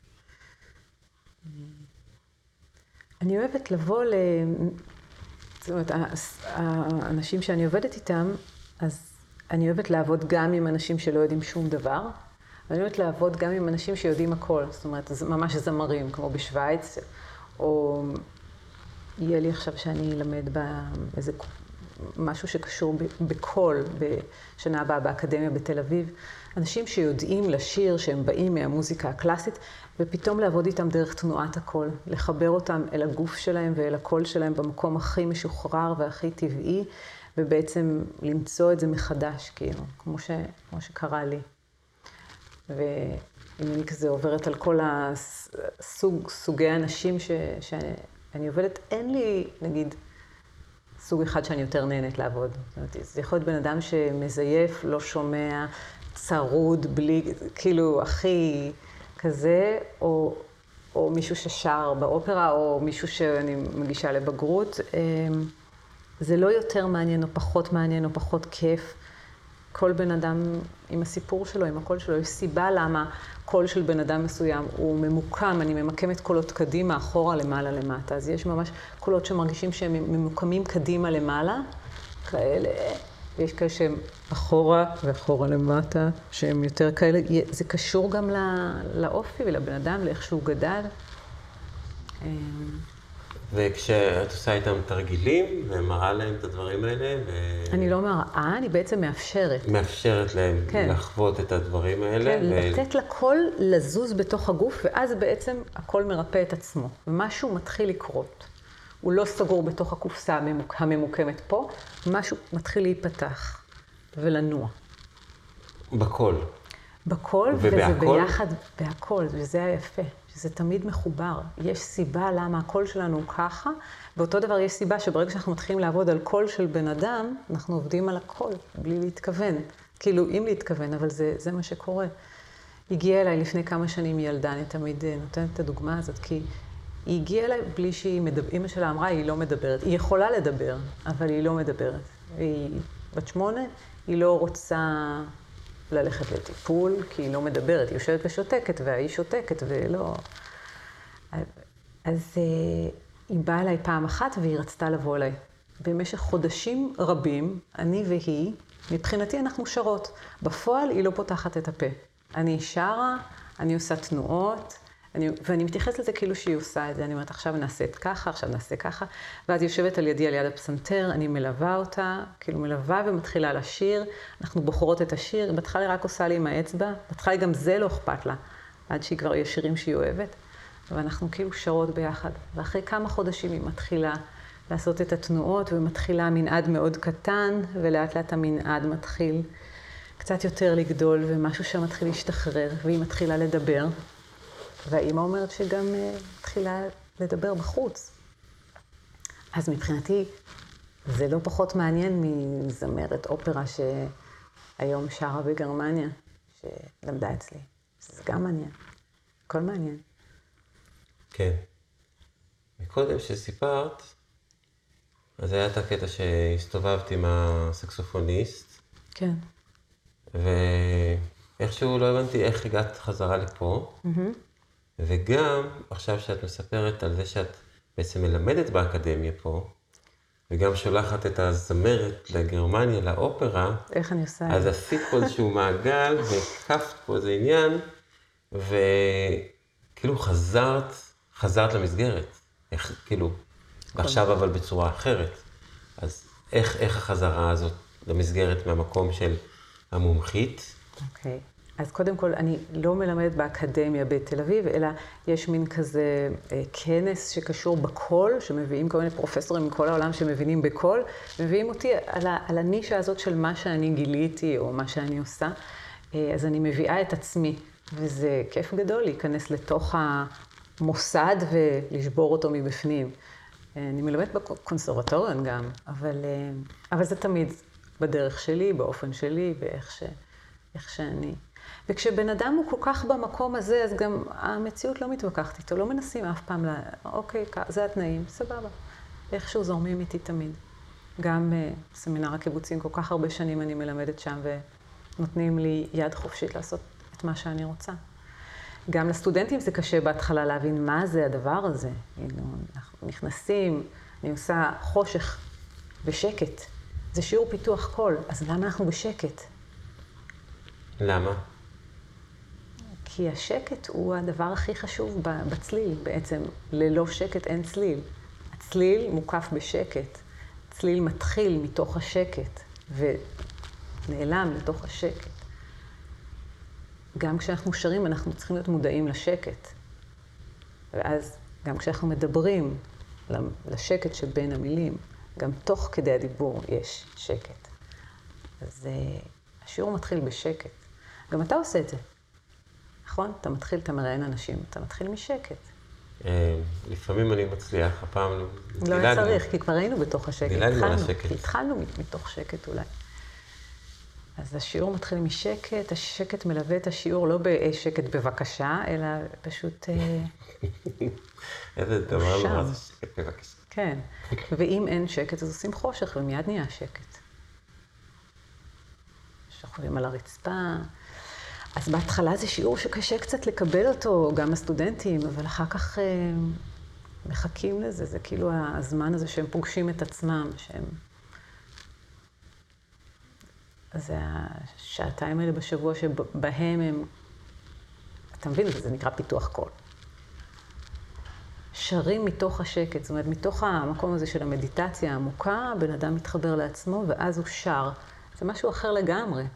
Speaker 1: אני אוהבת לבוא זאת אומרת, האנשים שאני עובדת איתם, אז אני אוהבת לעבוד גם עם אנשים שלא יודעים שום דבר, ואני אוהבת לעבוד גם עם אנשים שיודעים הכל, זאת אומרת, ממש זמרים, כמו בשוויץ, או יהיה לי עכשיו שאני אלמד באיזה משהו שקשור בקול, בשנה הבאה באקדמיה בתל אביב, אנשים שיודעים לשיר, שהם באים מהמוזיקה הקלאסית, ופתאום לעבוד איתם דרך תנועת הקול, לחבר אותם אל הגוף שלהם ואל הקול שלהם במקום הכי משוחרר והכי טבעי, ובעצם למצוא את זה מחדש, כאילו, כמו שקרה לי. ואם אני כזה עוברת על כל סוגי האנשים שאני עובדת, אין לי, נגיד, סוג אחד שאני יותר נהנית לעבוד. זאת אומרת, זה יכול להיות בן אדם שמזייף, לא שומע, צרוד, בלי, כאילו, הכי כזה, או מישהו ששר באופרה, או מישהו שאני מגישה לבגרות. זה לא יותר מעניין, או פחות מעניין, או פחות כיף. כל בן אדם עם הסיפור שלו, עם הקול שלו, יש סיבה למה קול של בן אדם מסוים הוא ממוקם, אני ממקמת קולות קדימה, אחורה, למעלה, למטה. אז יש ממש קולות שמרגישים שהם ממוקמים קדימה, למעלה, כאלה, ויש כאלה שהם אחורה ואחורה למטה, שהם יותר כאלה. זה קשור גם לאופי ולבן אדם, לאיך שהוא גדל.
Speaker 2: וכשאת עושה איתם תרגילים ומראה להם את הדברים האלה,
Speaker 1: אני לא מראה, אני בעצם מאפשרת.
Speaker 2: מאפשרת להם לחוות את הדברים האלה.
Speaker 1: כן, לתת לקול לזוז בתוך הגוף, ואז בעצם הקול מרפא את עצמו. ומשהו מתחיל לקרות. הוא לא סגור בתוך הקופסה הממוקמת פה, משהו מתחיל להיפתח ולנוע.
Speaker 2: בקול.
Speaker 1: בקול, וזה ביחד בהקול, וזה היפה. שזה תמיד מחובר. יש סיבה למה הקול שלנו הוא ככה, ואותו דבר יש סיבה שברגע שאנחנו מתחילים לעבוד על קול של בן אדם, אנחנו עובדים על הקול, בלי להתכוון. כאילו, אם להתכוון, אבל זה מה שקורה. הגיעה אליי לפני כמה שנים ילדה, אני תמיד נותנת את הדוגמה הזאת, כי היא הגיעה אליי בלי אמא שלה אמרה, היא לא מדברת. היא יכולה לדבר, אבל היא לא מדברת. היא בת 8, היא לא רוצה ללכת לטיפול, כי היא לא מדברת, היא יושבת ושותקת, והיא שותקת ולא. אז היא באה אליי פעם אחת והיא רצתה לבוא אליי. במשך חודשים רבים, אני והיא, מבחינתי אנחנו שרות. בפועל היא לא פותחת את הפה. אני שרה, אני עושה תנועות, ואני מתייחסת לזה כאילו שהיא עושה את זה. אני אומרת, עכשיו נעשה את ככה, עכשיו נעשה ככה. ואז היא יושבת על ידי, על יד הפסנתר, אני מלווה אותה, כאילו מלווה ומתחילה לשיר. אנחנו בוחרות את השיר. בהתחלה היא רק עושה לי עם האצבע. בהתחלה גם זה לא אכפת לה, עד שהיא כבר יש שירים שהיא אוהבת. ואנחנו כאילו שרות ביחד. ואחרי כמה חודשים היא מתחילה לעשות את התנועות, ומתחילה מנעד מאוד קטן, ולאט לאט המנעד מתחיל קצת יותר לגדול, ומשהו שם מתחיל להשתחרר, והיא מתחילה לדבר. והאימא אומרת שגם התחילה לדבר בחוץ. אז מבחינתי, זה לא פחות מעניין מזמרת אופרה שהיום שרה בגרמניה, שלמדה אצלי. זה גם מעניין. הכל מעניין.
Speaker 2: כן. מקודם שסיפרת, אז היה את הקטע שהסתובבת עם הסקסופוניסט.
Speaker 1: כן.
Speaker 2: ואיכשהו לא הבנתי איך הגעת חזרה לפה. וגם עכשיו שאת מספרת על זה שאת בעצם מלמדת באקדמיה פה, וגם שולחת את הזמרת לגרמניה, לאופרה.
Speaker 1: איך אני עושה את זה?
Speaker 2: אז עשית פה איזשהו מעגל, והקפת פה איזה עניין, וכאילו חזרת למסגרת. איך, כאילו, עכשיו אבל בצורה אחרת. אז איך החזרה הזאת למסגרת מהמקום של המומחית?
Speaker 1: אוקיי. אז קודם כל, אני לא מלמדת באקדמיה בתל אביב, אלא יש מין כזה כנס שקשור בקול, שמביאים כל מיני פרופסורים מכל העולם שמבינים בקול, מביאים אותי על הנישה הזאת של מה שאני גיליתי או מה שאני עושה. אז אני מביאה את עצמי, וזה כיף גדול להיכנס לתוך המוסד ולשבור אותו מבפנים. אני מלמדת בקונסרבטוריון גם, אבל זה תמיד בדרך שלי, באופן שלי, איך שאני. וכשבן אדם הוא כל כך במקום הזה, אז גם המציאות לא מתווכחת איתו, לא מנסים אף פעם אוקיי, זה התנאים, סבבה. איכשהו זורמים איתי תמיד. גם בסמינר הקיבוצים, כל כך הרבה שנים אני מלמדת שם, ונותנים לי יד חופשית לעשות את מה שאני רוצה. גם לסטודנטים זה קשה בהתחלה להבין מה זה הדבר הזה. אנחנו נכנסים, אני עושה חושך בשקט. זה שיעור פיתוח קול, אז למה אנחנו בשקט?
Speaker 2: למה?
Speaker 1: כי השקט הוא הדבר הכי חשוב בצליל בעצם. ללא שקט אין צליל. הצליל מוקף בשקט. צליל מתחיל מתוך השקט ונעלם לתוך השקט. גם כשאנחנו שרים אנחנו צריכים להיות מודעים לשקט. ואז גם כשאנחנו מדברים לשקט שבין המילים, גם תוך כדי הדיבור יש שקט. אז השיעור מתחיל בשקט. גם אתה עושה את זה. נכון? אתה מראיין אנשים, אתה מתחיל משקט.
Speaker 2: לפעמים אני מצליח, הפעם
Speaker 1: לא היה צריך, כי כבר היינו בתוך השקט.
Speaker 2: דילגנו על השקט.
Speaker 1: התחלנו מתוך שקט אולי. אז השיעור מתחיל משקט, השקט מלווה את השיעור לא בשקט בבקשה, אלא פשוט
Speaker 2: איזה דבר נורא זה שקט בבקשה.
Speaker 1: כן, ואם אין שקט אז עושים חושך ומיד נהיה שקט. שוכבים על הרצפה. אז בהתחלה זה שיעור שקשה קצת לקבל אותו, גם הסטודנטים, אבל אחר כך מחכים לזה, זה כאילו הזמן הזה שהם פוגשים את עצמם, שהם... זה השעתיים האלה בשבוע שבהם הם... אתה מבין, זה נקרא פיתוח קול. שרים מתוך השקט, זאת אומרת, מתוך המקום הזה של המדיטציה העמוקה, בן אדם מתחבר לעצמו ואז הוא שר. זה משהו אחר לגמרי.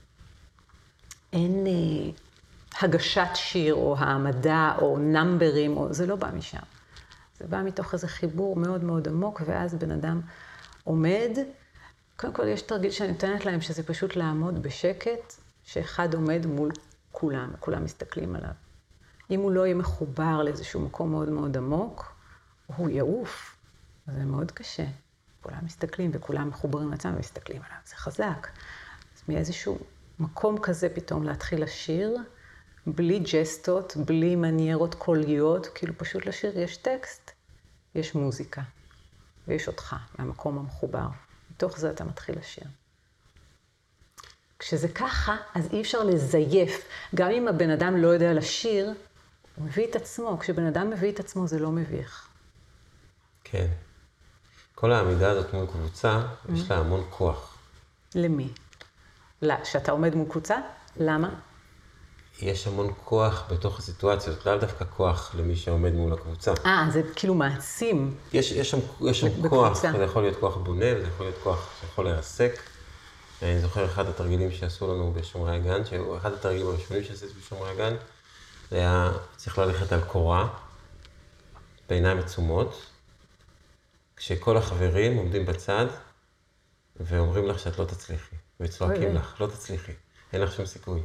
Speaker 1: אין הגשת שיר או העמדה או נמברים, זה לא בא משם. זה בא מתוך איזה חיבור מאוד מאוד עמוק, ואז בן אדם עומד. קודם כל יש תרגיל שאני נותנת להם, שזה פשוט לעמוד בשקט, שאחד עומד מול כולם, כולם מסתכלים עליו. אם הוא לא יהיה מחובר לאיזשהו מקום מאוד מאוד עמוק, הוא יעוף. זה מאוד קשה. כולם מסתכלים וכולם מחוברים לעצמם ומסתכלים עליו. זה חזק. אז מאיזשהו מקום כזה פתאום להתחיל לשיר, בלי ג'סטות, בלי מניירות קוליות, כאילו פשוט לשיר יש טקסט, יש מוזיקה, ויש אותך מהמקום המחובר. מתוך זה אתה מתחיל לשיר. כשזה ככה, אז אי אפשר לזייף. גם אם הבן אדם לא יודע לשיר, הוא מביא את עצמו. כשבן אדם מביא את עצמו, זה לא מביך.
Speaker 2: כן. כל העמידה הזאת מול קבוצה, יש לה המון כוח.
Speaker 1: למי? שאתה עומד מול קבוצה? למה?
Speaker 2: יש המון כוח בתוך הסיטואציות, לא דווקא כוח למי שעומד מול הקבוצה.
Speaker 1: זה כאילו מעצים.
Speaker 2: יש שם כוח, זה יכול להיות כוח בונה, זה יכול להיות כוח שיכול להירסק. אני זוכר אחד התרגילים שעשו לנו בשומרי הגן, אחד התרגילים הראשונים שעשיתי בשומרי הגן, זה היה צריך ללכת על קורה, בעיניים עצומות, כשכל החברים עומדים בצד, ואומרים לך שאת לא תצליחי, וצועקים לך, לא תצליחי, אין לך שום סיכוי.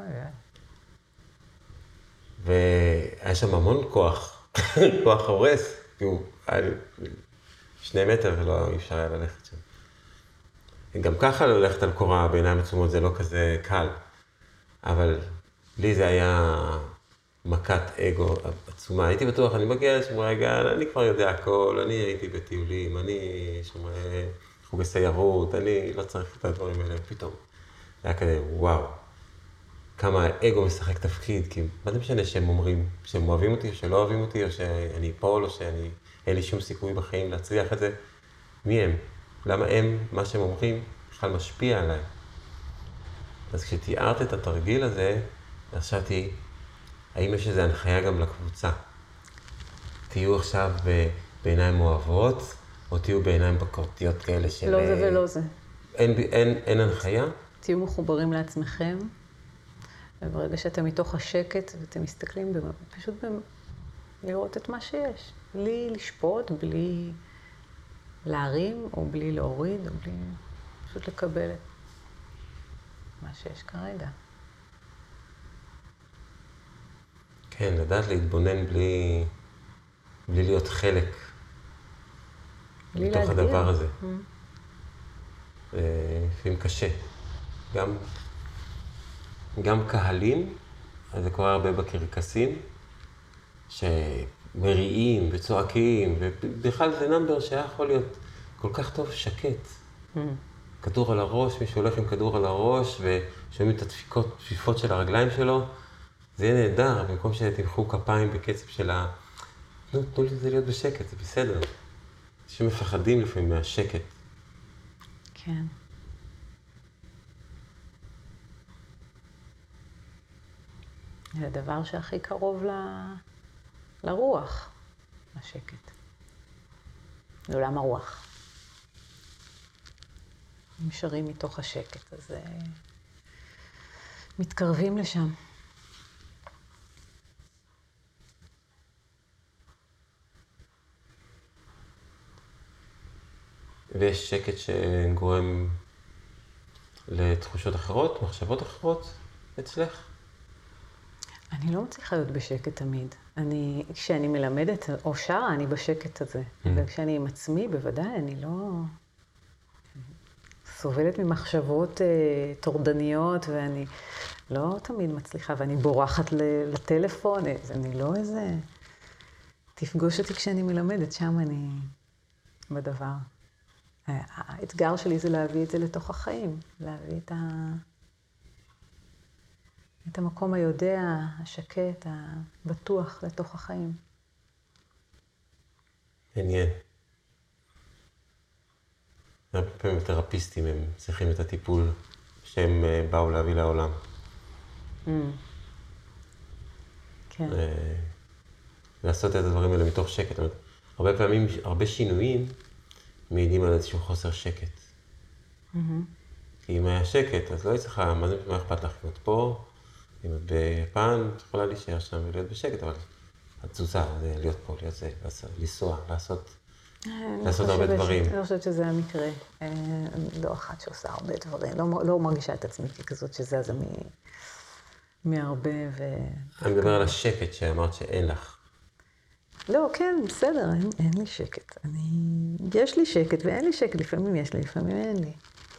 Speaker 2: והיה שם המון כוח, כוח הורס, כי הוא היה 2 מטר ולא אפשר היה ללכת שם. גם ככה ללכת על קורה בעיניים עצומות זה לא כזה קל, אבל לי זה היה מכת אגו עצומה. הייתי בטוח, אני מגיע לשומרי הגן, אני כבר יודע הכל, אני הייתי בטיולים, אני שומרי חוגי סיירות, אני לא צריך את הדברים האלה, פתאום. היה כזה, וואו, כמה האגו משחק תפקיד, כי מה זה משנה שהם אומרים, שהם אוהבים אותי או שלא אוהבים אותי, או שאני אפול, או שאין לי שום סיכוי בחיים להצליח את זה. מי הם? למה הם, מה שהם אומרים, בכלל משפיע עליי? אז כשתיארת את התרגיל הזה, חשבתי, האם יש איזו הנחיה גם לקבוצה? תהיו עכשיו בעיניים אוהבות, או תהיו בעיניים בקורתיות כאלה של...
Speaker 1: לא זה ולא זה.
Speaker 2: אין הנחיה?
Speaker 1: תהיו מחוברים לעצמכם, וברגע שאתם מתוך השקט ואתם מסתכלים, פשוט לראות את מה שיש. בלי לשפוט, בלי להרים או בלי להוריד, או בלי פשוט לקבל את מה שיש כרגע.
Speaker 2: כן, לדעת להתבונן בלי להיות חלק מתוך הדבר הזה. לפעמים קשה. גם קהלים, אז זה קורה הרבה בקרקסים, שמריעים וצועקים, ובכלל זה נאמבר שהיה יכול להיות כל כך טוב שקט. כדור על הראש, מישהו הולך עם כדור על הראש, ושומעים את הדפיפות של הרגליים שלו, זה יהיה נהדר, במקום שתמחאו כפיים בקצב של תנו לי זה להיות בשקט, זה בסדר. שמפחדים לפעמים מהשקט.
Speaker 1: כן. זה הדבר שהכי קרוב לרוח, השקט. לעולם הרוח. נשארים מתוך השקט, אז מתקרבים לשם.
Speaker 2: ויש שקט שגורם לתחושות אחרות, מחשבות אחרות אצלך?
Speaker 1: אני לא מצליחה להיות בשקט תמיד. כשאני מלמדת או שרה, אני בשקט הזה. וכשאני עם עצמי, בוודאי, אני לא סובלת ממחשבות טורדניות, ואני לא תמיד מצליחה, ואני בורחת לטלפון, אני לא איזה... תפגוש אותי כשאני מלמדת, שם אני בדבר. האתגר שלי זה להביא את זה לתוך החיים, להביא את המקום היודע, השקט, הבטוח לתוך החיים.
Speaker 2: מעניין. הרבה פעמים תרפיסטים הם צריכים את הטיפול שהם באו להביא לעולם.
Speaker 1: כן.
Speaker 2: לעשות את הדברים האלה מתוך שקט. הרבה פעמים, הרבה שינויים מעידים על איזשהו חוסר שקט. כי אם היה שקט, אז לא היא צריכה, מה אכפת לך? אם את פה, אם את ביפן, את יכולה להישאר שם ולהיות בשקט, אבל התזוזה, זה להיות פה, להיות זה, לנסוע, לעשות הרבה דברים.
Speaker 1: אני חושבת שזה המקרה. לא אחת שעושה הרבה דברים. לא מרגישה את עצמי ככזאת שזזה מהרבה
Speaker 2: אני מדבר על השקט שאמרת שאין לך.
Speaker 1: לא, כן, בסדר, אין לי שקט. יש לי שקט ואין לי שקט, לפעמים יש לי, לפעמים אין לי.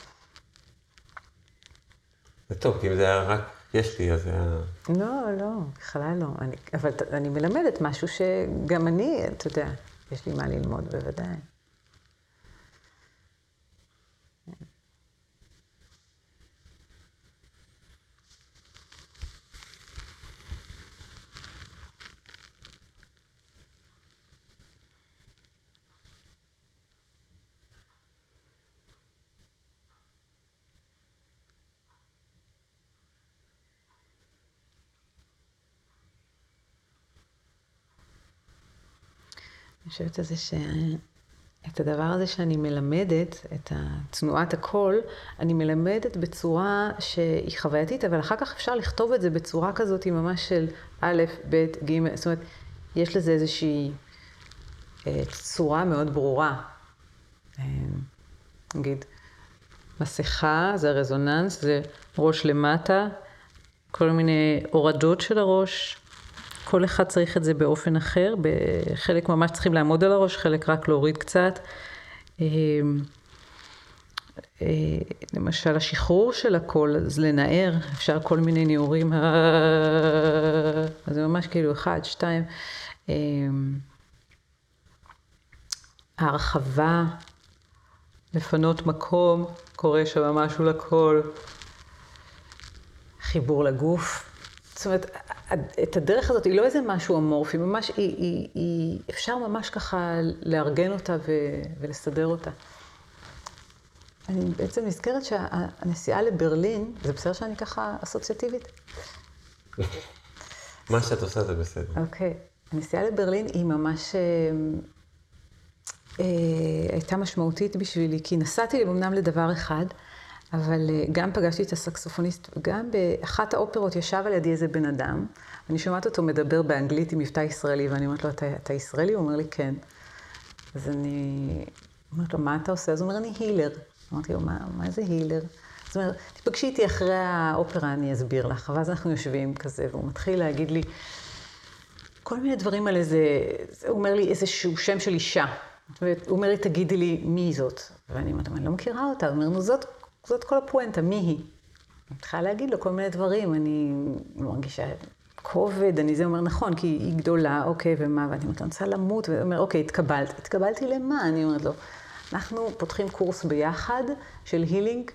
Speaker 2: זה טוב, כי אם זה היה רק יש לי, אז זה היה...
Speaker 1: לא, בכלל לא. אבל אני מלמדת משהו שגם אני, אתה יודע, יש לי מה ללמוד בוודאי. אני חושבת את הדבר הזה שאני מלמדת, את תנועת הקול, אני מלמדת בצורה שהיא חווייתית, אבל אחר כך אפשר לכתוב את זה בצורה כזאת, ממש של א', ב', ג', זאת אומרת, יש לזה איזושהי צורה מאוד ברורה. נגיד, מסכה, זה הרזוננס, זה ראש למטה, כל מיני הורדות של הראש, כל אחד צריך את זה באופן אחר, בחלק ממש צריכים לעמוד על הראש, חלק רק להוריד קצת. למשל, השחרור של הקול, אז לנער, אפשר כל מיני ניעורים, אז זה ממש כאילו 1, 2. ההרחבה, לפנות מקום, קורה שם משהו לקול, חיבור לגוף. זאת אומרת, את הדרך הזאת היא לא איזה משהו אמורפי, ממש אפשר ממש ככה לארגן אותה ולסדר אותה. אני בעצם נזכרת שהנסיעה לברלין, זה בסדר שאני ככה אסוציאטיבית?
Speaker 2: מה שאת עושה זה בסדר.
Speaker 1: אוקיי. הנסיעה לברלין היא ממש הייתה משמעותית בשבילי, כי נסעתי אמנם לדבר אחד, אבל גם פגשתי את הסקסופוניסט, וגם באחת האופרות ישב על ידי איזה בן אדם, אני שומעת אותו מדבר באנגלית עם מבטא ישראלי, ואני אומרת לו, אתה ישראלי? הוא אומר לי, כן. אז אני אומרת לו, מה אתה עושה? אז הוא אומר, אני הילר. אמרתי לו, מה זה הילר? זאת אומרת, תפגשי איתי אחרי האופרה, אני אסביר לך. ואז אנחנו יושבים כזה, והוא מתחיל להגיד לי כל מיני דברים על איזה, הוא אומר לי איזשהו שם של אישה. הוא אומר לי, תגידי לי, מי זאת? ואני אומרת, אני לא מכירה אותה. הוא אומר, נו, זאת כל הפואנטה, מי היא? אני מתחילה להגיד לו כל מיני דברים, אני מרגישה כובד, זה אומר, נכון, כי היא גדולה, אוקיי, ומה? ואני אומרת, אני רוצה למות, והוא אומר, אוקיי, התקבלתי למה? אני אומרת לו, אנחנו פותחים קורס ביחד של הילינג,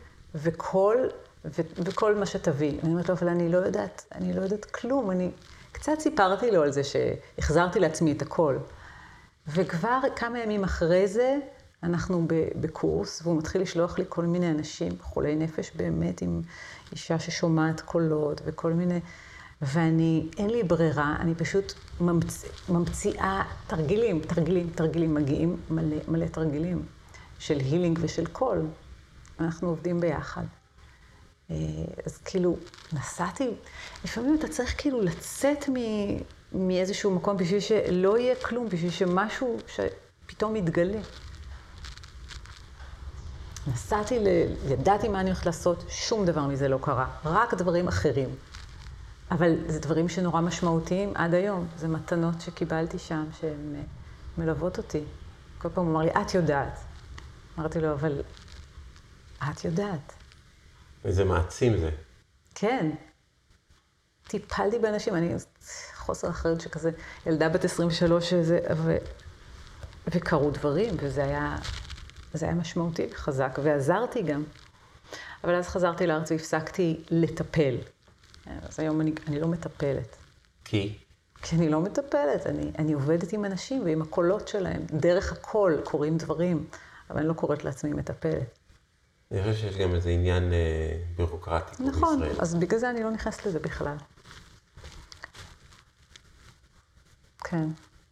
Speaker 1: וכל מה שתביא. אני אומרת לו, אבל אני לא יודעת כלום, אני קצת סיפרתי לו על זה שהחזרתי לעצמי את הכל. וכבר כמה ימים אחרי זה, אנחנו בקורס, והוא מתחיל לשלוח לי כל מיני אנשים, חולי נפש באמת, עם אישה ששומעת קולות וכל מיני, אין לי ברירה, אני פשוט ממציאה תרגילים, מגיעים מלא תרגילים של הילינג ושל קול. אנחנו עובדים ביחד. אז כאילו, נסעתי, לפעמים אתה צריך כאילו לצאת מאיזשהו מקום בשביל שלא יהיה כלום, בשביל שמשהו שפתאום יתגלה. נסעתי, ידעתי מה אני הולכת לעשות, שום דבר מזה לא קרה, רק דברים אחרים. אבל זה דברים שנורא משמעותיים עד היום, זה מתנות שקיבלתי שם, שהן מלוות אותי. כל פעם הוא אמר לי, את יודעת. אמרתי לו, אבל את יודעת.
Speaker 2: איזה מעצים זה.
Speaker 1: כן. טיפלתי באנשים, אני חוסר אחריות שכזה, ילדה בת 23, וקרו דברים, וזה היה משמעותי וחזק, ועזרתי גם. אבל אז חזרתי לארץ והפסקתי לטפל. אז היום אני לא מטפלת.
Speaker 2: כי?
Speaker 1: כי אני לא מטפלת, אני עובדת עם אנשים ועם הקולות שלהם. דרך הקול קורים דברים, אבל אני לא קוראת לעצמי מטפלת.
Speaker 2: אני חושב שיש גם איזה עניין בירוקרטי בישראל.
Speaker 1: נכון, אז בגלל זה אני לא נכנסת לזה בכלל. כן.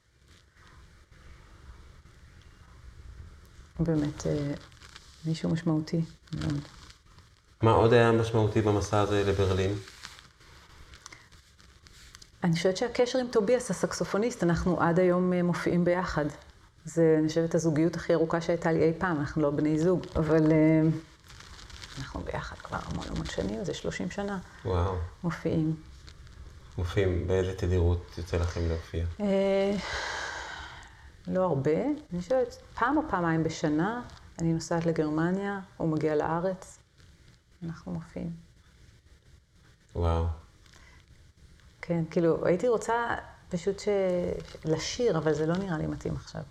Speaker 1: באמת, מישהו משמעותי מאוד.
Speaker 2: מה עוד היה משמעותי במסע הזה לברלין?
Speaker 1: אני חושבת שהקשר עם טוביאס, הסקסופוניסט, אנחנו עד היום מופיעים ביחד. זה, אני חושבת, הזוגיות הכי ארוכה שהייתה לי אי פעם, אנחנו לא בני זוג, אבל אנחנו ביחד כבר המון שנים, זה 30 שנה.
Speaker 2: וואו.
Speaker 1: מופיעים.
Speaker 2: מופיעים, באיזה תדירות יוצא לכם להופיע?
Speaker 1: לא הרבה, אני חושבת, פעם או פעמיים בשנה, אני נוסעת לגרמניה, הוא מגיע לארץ, אנחנו מופיעים.
Speaker 2: וואו.
Speaker 1: כן, כאילו, הייתי רוצה פשוט לשיר, אבל זה לא נראה לי מתאים עכשיו.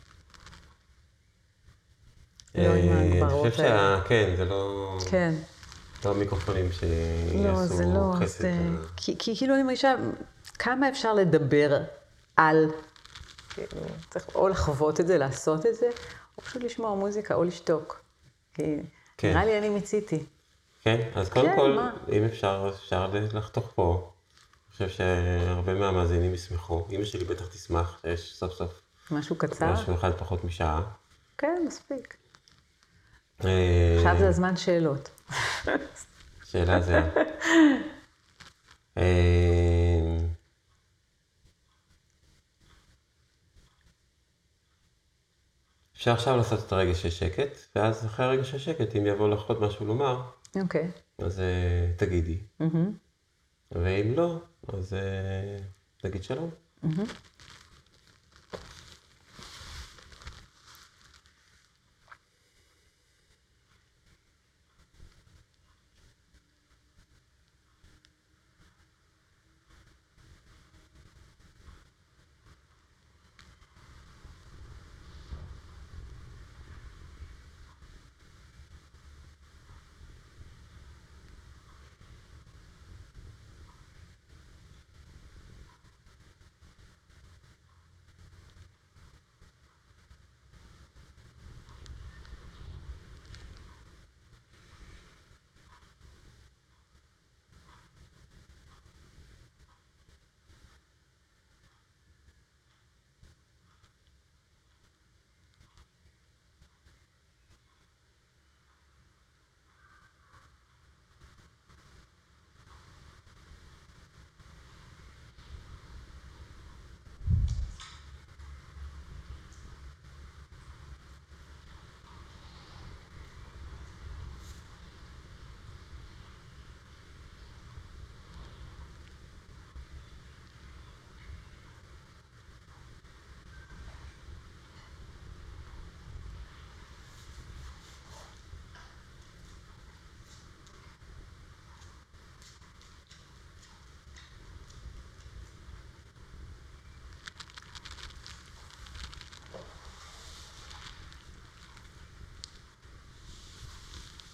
Speaker 1: לא עם ההגברות.
Speaker 2: אני חושב כן, זה לא...
Speaker 1: כן.
Speaker 2: לא המיקרופונים שיעשו
Speaker 1: לא, זה לא,
Speaker 2: חסד.
Speaker 1: כי כאילו אני מרגישה, כמה אפשר לדבר על, צריך או לחוות את זה, לעשות את זה, או פשוט לשמוע מוזיקה, או לשתוק. כי נראה לי אני מיציתי.
Speaker 2: כן, אז קודם כל, אם אפשר לחתוך פה. אני חושב שהרבה מהמאזינים ישמחו. אמא שלי בטח תשמח שיש סוף סוף.
Speaker 1: משהו קצר?
Speaker 2: משהו אחד פחות משעה.
Speaker 1: כן, מספיק. עכשיו זה הזמן שאלות.
Speaker 2: שאלה זה. אפשר עכשיו לעשות את הרגע של שקט, ואז אחרי הרגע של שקט, אם יבוא לך עוד משהו לומר,
Speaker 1: אוקיי.
Speaker 2: אז תגידי. ואם לא, אז תגיד שלום.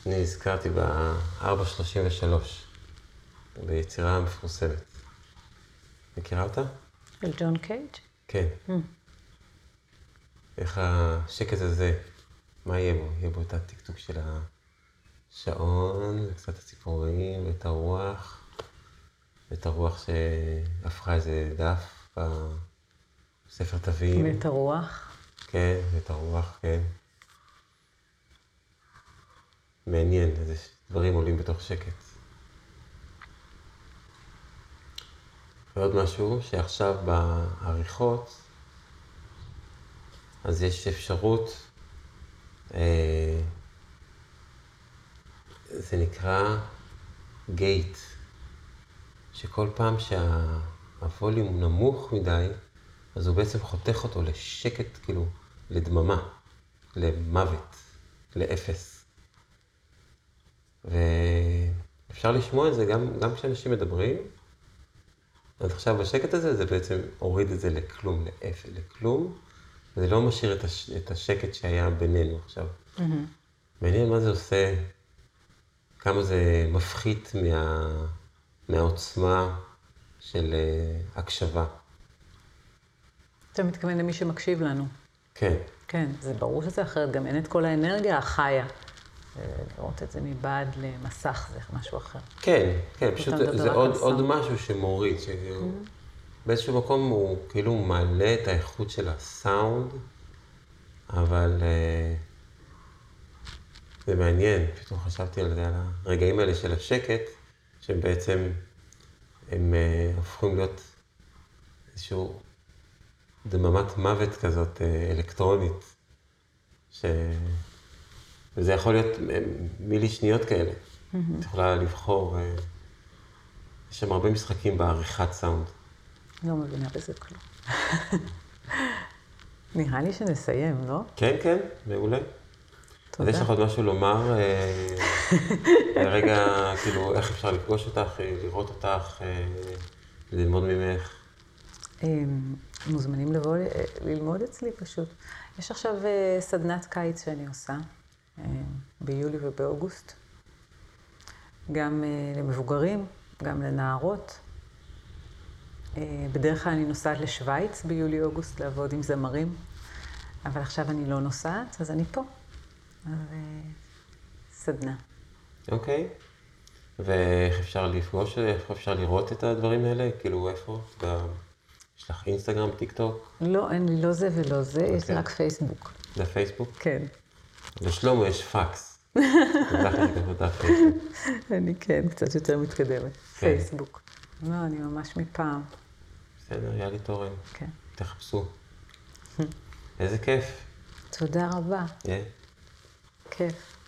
Speaker 2: אני הזכרתי ב-433, ביצירה מפורסמת. מכירה אותה?
Speaker 1: של ג'ון קייג'?
Speaker 2: כן. איך השקט הזה, מה יהיה בו? יהיה בו את הטקטוק של השעון, וקצת הציפורים, ואת הרוח. ואת הרוח שהפכה איזה דף בספר תווים.
Speaker 1: ואת הרוח.
Speaker 2: כן, ואת הרוח, כן. מעניין, איזה דברים עולים בתוך שקט. ועוד משהו, שעכשיו בעריכות, אז יש אפשרות, זה נקרא גייט, שכל פעם שהווליום נמוך מדי, אז הוא בעצם חותך אותו לשקט, כאילו, לדממה, למוות, לאפס. ואפשר לשמוע את זה גם כשאנשים מדברים. אז עכשיו בשקט הזה, זה בעצם הוריד את זה לכלום, לאפס, לכלום. וזה לא משאיר את השקט שהיה בינינו עכשיו. מעניין מה זה עושה, כמה זה מפחית מהעוצמה של הקשבה.
Speaker 1: אתה מתכוון למי שמקשיב לנו.
Speaker 2: כן.
Speaker 1: כן, זה ברור שזה אחרת, גם אין את כל האנרגיה החיה. לראות את זה מבעד למסך, זה משהו אחר.
Speaker 2: כן, כן, פשוט זה עוד משהו שמוריד, באיזשהו מקום הוא כאילו מעלה את האיכות של הסאונד, אבל זה מעניין, פתאום חשבתי על זה, על הרגעים האלה של השקט, שהם בעצם, הם הופכים להיות איזשהו דממת מוות כזאת אלקטרונית, וזה יכול להיות מילי שניות כאלה. את יכולה לבחור, יש שם הרבה משחקים בעריכת סאונד.
Speaker 1: לא מבינה בזה כלום. נראה לי שנסיים, לא?
Speaker 2: כן, כן, מעולה.
Speaker 1: תודה.
Speaker 2: אז יש לך עוד משהו לומר, רגע, כאילו, איך אפשר לפגוש אותך, לראות אותך, ללמוד ממך?
Speaker 1: מוזמנים לבוא ללמוד אצלי פשוט. יש עכשיו סדנת קיץ שאני עושה, ביולי ובאוגוסט. גם למבוגרים, גם לנערות. בדרך כלל אני נוסעת לשוויץ ביולי-אוגוסט לעבוד עם זמרים, אבל עכשיו אני לא נוסעת, אז אני פה. אז סדנה.
Speaker 2: אוקיי. ואיך אפשר לפגוש, איך אפשר לראות את הדברים האלה? כאילו, איפה? יש לך אינסטגרם, טיק טוק?
Speaker 1: לא, אין לי לא זה ולא זה, יש לי רק פייסבוק.
Speaker 2: זה פייסבוק?
Speaker 1: כן.
Speaker 2: לשלמה יש פקס. תדלך לי גם אותה פייסבוק.
Speaker 1: אני כן, קצת יותר מתקדמת. פייסבוק. לא, אני ממש מפעם.
Speaker 2: בסדר, היה לי תורן.
Speaker 1: כן.
Speaker 2: תחפשו. איזה כיף.
Speaker 1: תודה רבה.
Speaker 2: כן.
Speaker 1: כיף.